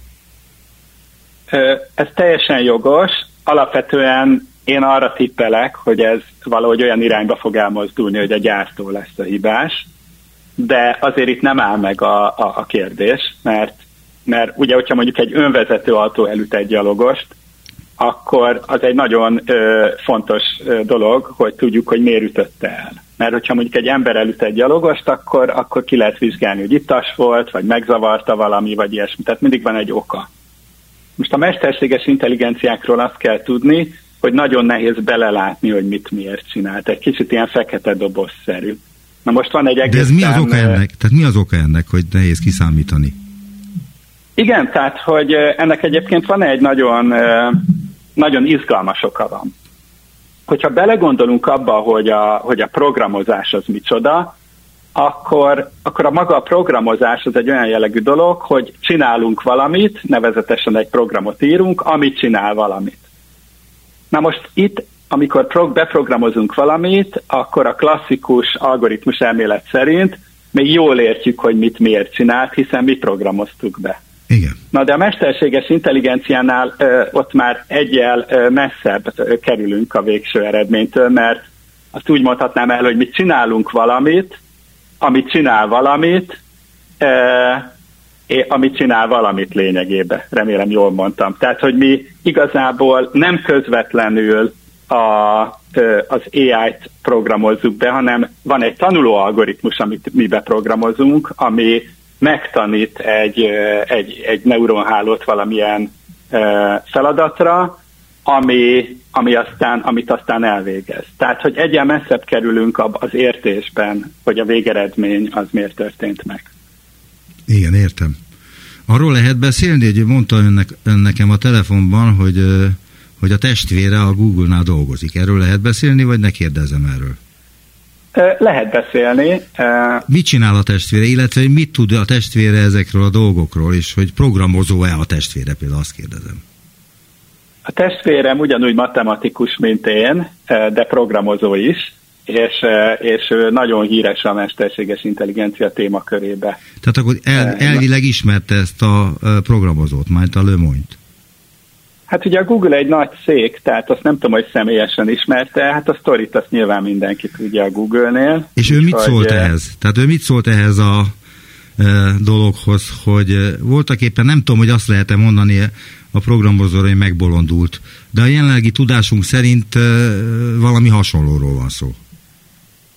Speaker 5: Ez teljesen jogos. Alapvetően én arra tippelek, hogy ez valahogy olyan irányba fog elmozdulni, hogy a gyártó lesz a hibás, de azért itt nem áll meg a, a, a kérdés, mert, mert ugye, hogyha mondjuk egy önvezető autó elüt egy gyalogost, akkor az egy nagyon ö, fontos ö, dolog, hogy tudjuk, hogy miért ütötte el. Mert hogyha mondjuk egy ember elüt egy gyalogost, akkor, akkor ki lehet vizsgálni, hogy ittas volt, vagy megzavarta valami, vagy ilyesmi. Tehát mindig van egy oka. Most a mesterséges intelligenciákról azt kell tudni, hogy nagyon nehéz belelátni, hogy mit miért csinált. Egy kicsit ilyen fekete dobozszerű. Na most van egy egészen...
Speaker 4: De ez mi az oka ennek? Tehát mi az oka ennek, hogy nehéz kiszámítani?
Speaker 5: Igen, tehát, hogy ennek egyébként van egy nagyon, nagyon izgalmas oka van. Hogyha belegondolunk abba, hogy a, hogy a programozás az micsoda, akkor, akkor a maga a programozás az egy olyan jellegű dolog, hogy csinálunk valamit, nevezetesen egy programot írunk, amit csinál valamit. Na most itt, amikor pro- beprogramozunk valamit, akkor a klasszikus algoritmus elmélet szerint még jól értjük, hogy mit miért csinált, hiszen mi programoztuk be.
Speaker 4: Igen.
Speaker 5: Na de a mesterséges intelligenciánál ö, ott már egyel ö, messzebb ö, kerülünk a végső eredménytől, mert azt úgy mondhatnám el, hogy mi csinálunk valamit, amit csinál valamit, ö, amit csinál valamit lényegében. Remélem jól mondtam. Tehát, hogy mi igazából nem közvetlenül a, az á í-t programozzuk be, hanem van egy tanuló algoritmus, amit mi beprogramozunk, ami megtanít egy, egy, egy neuronhálót valamilyen feladatra, ami, ami aztán, amit aztán elvégez. Tehát, hogy egyen messzebb kerülünk az értésben, hogy a végeredmény az miért történt meg.
Speaker 4: Igen, értem. Arról lehet beszélni, hogy mondta önnek, ön nekem a telefonban, hogy, hogy a testvére a Google-nál dolgozik. Erről lehet beszélni, vagy ne kérdezzem erről?
Speaker 5: Lehet beszélni.
Speaker 4: Mit csinál a testvére, illetve mit tud a testvére ezekről a dolgokról, és hogy programozó-e a testvére, például azt kérdezem.
Speaker 5: A testvérem ugyanúgy matematikus, mint én, de programozó is, és, és ő nagyon híres a mesterséges intelligencia témakörébe.
Speaker 4: Tehát akkor el, elvileg ismerte ezt a programozót, majd a Le Monde-t.
Speaker 5: Hát ugye a Google egy nagy cég, tehát azt nem tudom, hogy személyesen ismerte, hát a sztorit azt nyilván mindenki tudja a Google-nél.
Speaker 4: És ő mit hogy, szólt ehhez? Tehát ő mit szólt ehhez a e, dologhoz, hogy voltak éppen, nem tudom, hogy azt lehet-e mondani a programozóra, hogy megbolondult, de a jelenlegi tudásunk szerint e, valami hasonlóról van szó.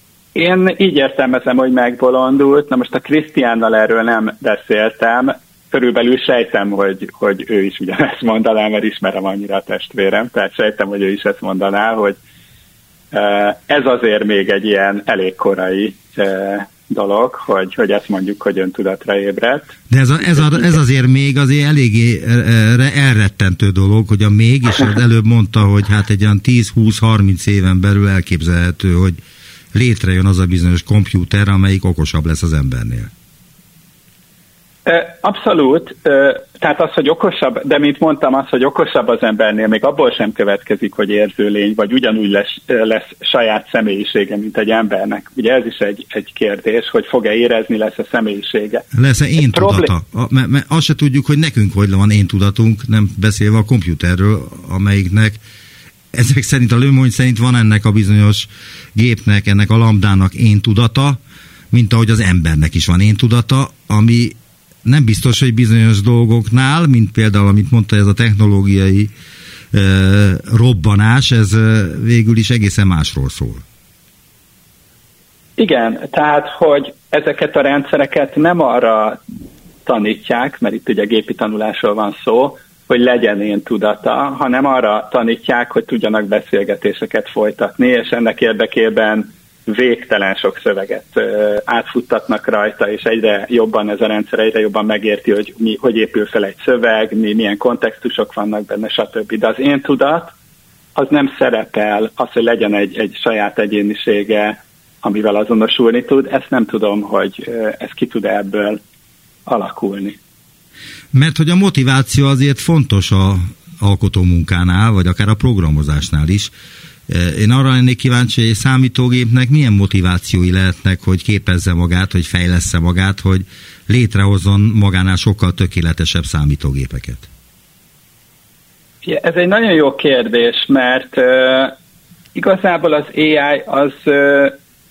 Speaker 4: Én
Speaker 5: így értelmezem, hogy megbolondult. Na most a Krisztiánnal erről nem beszéltem. körülbelül sejtem, hogy, hogy ő is ugyanezt mondaná, mert ismerem annyira a testvérem, tehát sejtem, hogy ő is ezt mondaná, hogy ez azért még egy ilyen elég korai dolog, hogy, hogy ezt mondjuk, hogy öntudatra ébredt.
Speaker 4: De ez, a, ez, a, ez azért még azért eléggé elrettentő dolog, hogy a még, és az előbb mondta, hogy hát egy olyan tíz-húsz-harminc éven belül elképzelhető, hogy létrejön az a bizonyos kompjúter, amelyik okosabb lesz az embernél.
Speaker 5: Abszolút. Tehát az, hogy okosabb, de mint mondtam, az, hogy okosabb az embernél, még abból sem következik, hogy érző lény, vagy ugyanúgy lesz, lesz saját személyisége, mint egy embernek. Ugye ez is egy, egy kérdés, hogy fog-e érezni, lesz-e személyisége.
Speaker 4: Lesz-e én tudata? Mert me, azt se tudjuk, hogy nekünk hogy van én tudatunk, nem beszélve a kompjúterről, amelyiknek ezek szerint, a Lőmony szerint van ennek a bizonyos gépnek, ennek a lambdának én tudata, mint ahogy az embernek is van én tudata, ami nem biztos, hogy bizonyos dolgoknál, mint például, amit mondta, ez a technológiai e, robbanás, ez e, végül is egészen másról szól.
Speaker 5: Igen, tehát, hogy ezeket a rendszereket nem arra tanítják, mert itt ugye gépi tanulásról van szó, hogy legyen én tudata, hanem arra tanítják, hogy tudjanak beszélgetéseket folytatni, és ennek érdekében végtelen sok szöveget ö, átfuttatnak rajta, és egyre jobban ez a rendszer, egyre jobban megérti, hogy mi, hogy épül fel egy szöveg, mi, milyen kontextusok vannak benne, stb. De az én tudat, az nem szerepel, az, hogy legyen egy, egy saját egyénisége, amivel azonosulni tud, ezt nem tudom, hogy ö, ez ki tud ebből alakulni.
Speaker 4: Mert hogy a motiváció azért fontos a alkotómunkánál, vagy akár a programozásnál is. Én arra lennék kíváncsi, hogy egy számítógépnek milyen motivációi lehetnek, hogy képezze magát, hogy fejlessze magát, hogy létrehozzon magánál sokkal tökéletesebb számítógépeket.
Speaker 5: Ez egy nagyon jó kérdés, mert uh, igazából az á i az uh,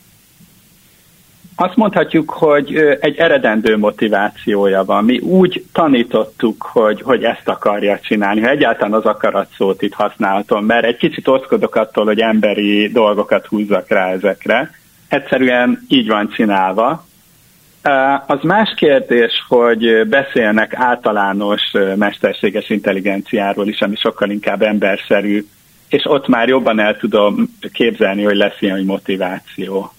Speaker 5: azt mondhatjuk, hogy uh, egy eredendő motivációja van. Mi úgy tanítottuk, hogy, hogy ezt akarja csinálni, ha egyáltalán az akarat szót itt használhatom, mert egy kicsit oszkodok attól, hogy emberi dolgokat húzzak rá ezekre. Egyszerűen így van csinálva. Uh, az más kérdés, hogy beszélnek általános uh, mesterséges intelligenciáról is, ami sokkal inkább emberszerű, és ott már jobban el tudom képzelni, hogy lesz ilyen, hogy motiváció.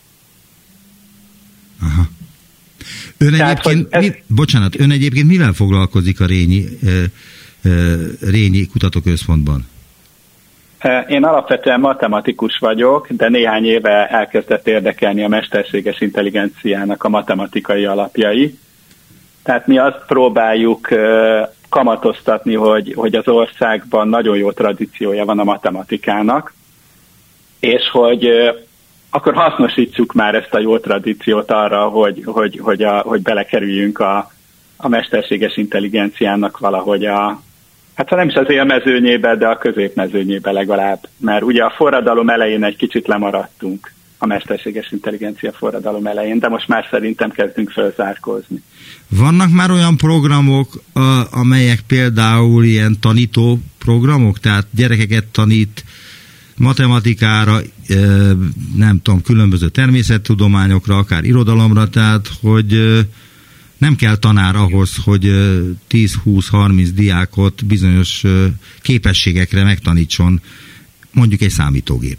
Speaker 4: Aha. Ön
Speaker 5: Tehát,
Speaker 4: egyébként,
Speaker 5: ez...
Speaker 4: mi, bocsánat, ön egyébként mivel foglalkozik a Rényi, e, e, Rényi Kutatóközpontban?
Speaker 5: Én alapvetően matematikus vagyok, de néhány éve elkezdett érdekelni a mesterséges intelligenciának a matematikai alapjai. Tehát mi azt próbáljuk kamatoztatni, hogy, hogy az országban nagyon jó tradíciója van a matematikának, és hogy akkor hasznosítsuk már ezt a jó tradíciót arra, hogy, hogy, hogy, a, hogy belekerüljünk a, a mesterséges intelligenciának valahogy a, hát ha nem is az élmezőnyébe, de a középmezőnyébe legalább. Mert ugye a forradalom elején egy kicsit lemaradtunk, a mesterséges intelligencia forradalom elején, de most már szerintem kezdünk felzárkózni.
Speaker 4: Vannak már olyan programok, amelyek például ilyen tanító programok, tehát gyerekeket tanít matematikára, nem tudom, különböző természettudományokra, akár irodalomra, tehát hogy nem kell tanár ahhoz, hogy tíz-húsz-harminc diákot bizonyos képességekre megtanítson mondjuk egy számítógép.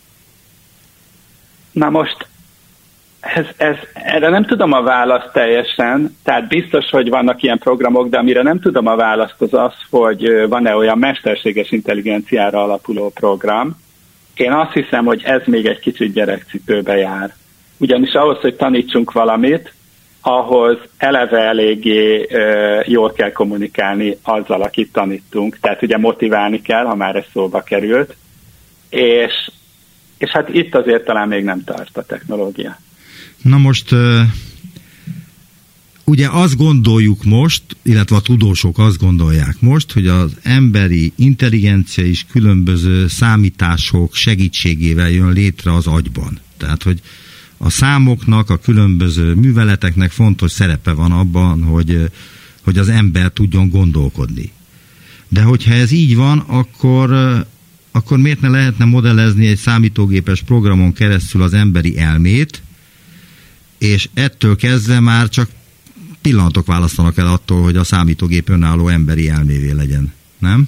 Speaker 5: Na most ez, ez, erre nem tudom a választ teljesen, tehát biztos, hogy vannak ilyen programok, de amire nem tudom a választ az az, hogy van-e olyan mesterséges intelligenciára alapuló program. Én azt hiszem, hogy ez még egy kicsit gyerekcipőbe jár. Ugyanis ahhoz, hogy tanítsunk valamit, ahhoz eleve eléggé uh, jól kell kommunikálni azzal, akit tanítunk. Tehát ugye motiválni kell, ha már ez szóba került. És, és hát itt azért talán még nem tart a technológia.
Speaker 4: Na most, uh, ugye azt gondoljuk most, illetve a tudósok azt gondolják most, hogy az emberi intelligencia is különböző számítások segítségével jön létre az agyban. Tehát, hogy a számoknak, a különböző műveleteknek fontos szerepe van abban, hogy, hogy az ember tudjon gondolkodni. De hogyha ez így van, akkor, akkor miért ne lehetne modellezni egy számítógépes programon keresztül az emberi elmét, és ettől kezdve már csak pillanatok választanak el attól, hogy a számítógép önálló emberi elmévé legyen, nem?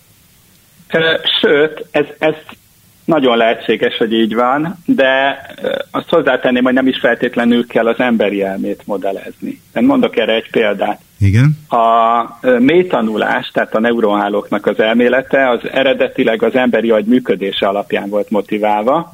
Speaker 5: Sőt, ez, ez nagyon lehetséges, hogy így van, de azt hozzátenném, hogy nem is feltétlenül kell az emberi elmét modellezni. Én mondok erre egy példát.
Speaker 4: Igen.
Speaker 5: A mélytanulás, tehát a neuronhálóknak az elmélete, az eredetileg az emberi agy működése alapján volt motiválva.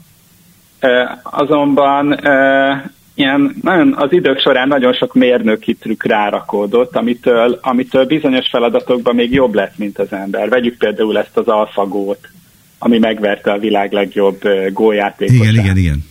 Speaker 5: Azonban ilyen, nagyon, az idők során nagyon sok mérnöki trükk rárakódott, amitől, amitől bizonyos feladatokban még jobb lett, mint az ember. Vegyük például ezt az AlphaGót, ami megverte a világ legjobb gójátékosát.
Speaker 4: Igen, igen, igen.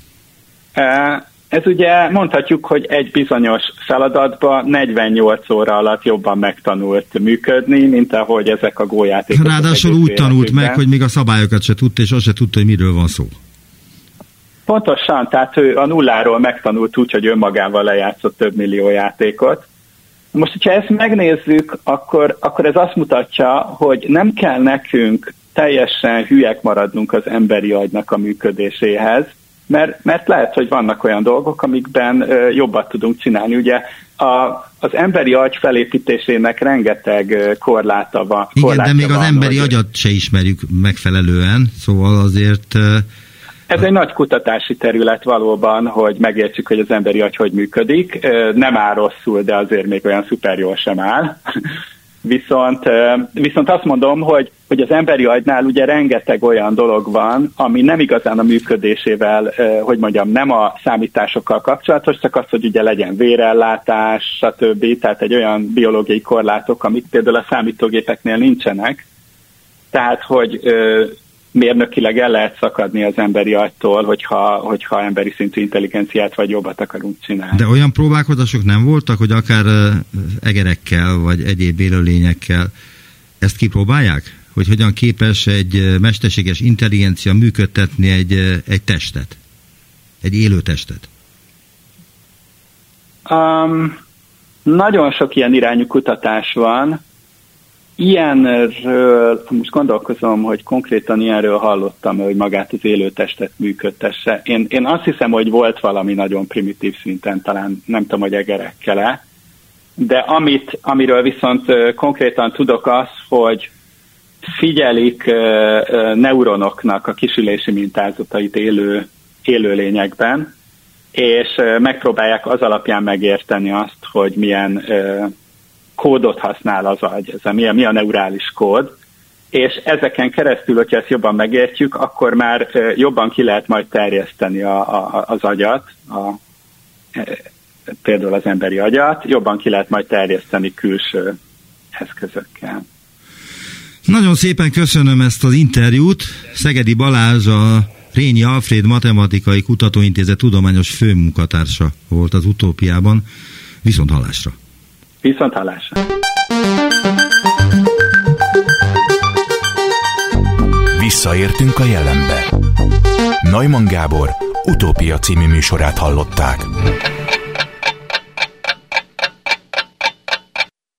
Speaker 5: Ez ugye mondhatjuk, hogy egy bizonyos feladatban negyvennyolc óra alatt jobban megtanult működni, mint ahogy ezek a gójátékosok.
Speaker 4: Ráadásul úgy tanult meg, hogy még a szabályokat se tudta, és azt se tudta, hogy miről van szó.
Speaker 5: Pontosan, tehát ő a nulláról megtanult úgy, hogy önmagával lejátszott több millió játékot. Most, hogyha ezt megnézzük, akkor, akkor ez azt mutatja, hogy nem kell nekünk teljesen hülyek maradnunk az emberi agynak a működéséhez, mert, mert lehet, hogy vannak olyan dolgok, amikben ö, jobbat tudunk csinálni. Ugye a, az emberi agy felépítésének rengeteg korláta van.
Speaker 4: Igen, de még
Speaker 5: van,
Speaker 4: az emberi
Speaker 5: hogy...
Speaker 4: agyat se ismerjük megfelelően, szóval azért...
Speaker 5: Ez egy nagy kutatási terület valóban, hogy megértsük, hogy az emberi agy hogy működik. Nem áll rosszul, de azért még olyan szuper jól sem áll. Viszont, viszont azt mondom, hogy, hogy az emberi agynál ugye rengeteg olyan dolog van, ami nem igazán a működésével, hogy mondjam, nem a számításokkal kapcsolatos, csak az, hogy ugye legyen vérellátás, stb. Tehát egy olyan biológiai korlátok, amik például a számítógépeknél nincsenek. Tehát, hogy mérnökileg el lehet szakadni az emberi agytól, hogyha, hogyha emberi szintű intelligenciát vagy jobbat akarunk csinálni.
Speaker 4: De olyan próbálkozások nem voltak, hogy akár egerekkel vagy egyéb élőlényekkel ezt kipróbálják? Hogy hogyan képes egy mesterséges intelligencia működtetni egy, egy testet? Egy élő testet?
Speaker 5: Um, nagyon sok ilyen irányú kutatás van. Ilyenről, most gondolkozom, hogy konkrétan ilyenről hallottam, hogy magát az élő testet működtesse. Én, én azt hiszem, hogy volt valami nagyon primitív szinten, talán nem tudom, hogy egerekkel-e, de amit, amiről viszont konkrétan tudok az, hogy figyelik neuronoknak a kisülési mintázatait élő, élőlényekben, és megpróbálják az alapján megérteni azt, hogy milyen kódot használ az agy, ez a, mi, a, mi a neurális kód, és ezeken keresztül, hogyha ezt jobban megértjük, akkor már jobban ki lehet majd terjeszteni a, a, az agyat, a, például az emberi agyat, jobban ki lehet majd terjeszteni külső eszközökkel.
Speaker 4: Nagyon szépen köszönöm ezt az interjút. Szegedi Balázs, a Rényi Alfréd Matematikai Kutatóintézet tudományos főmunkatársa volt az Utópiában. Viszont hallásra!
Speaker 5: Viszont hallásra!
Speaker 1: Visszaértünk a jelenbe. Neumann Gábor Utópia című műsorát hallották.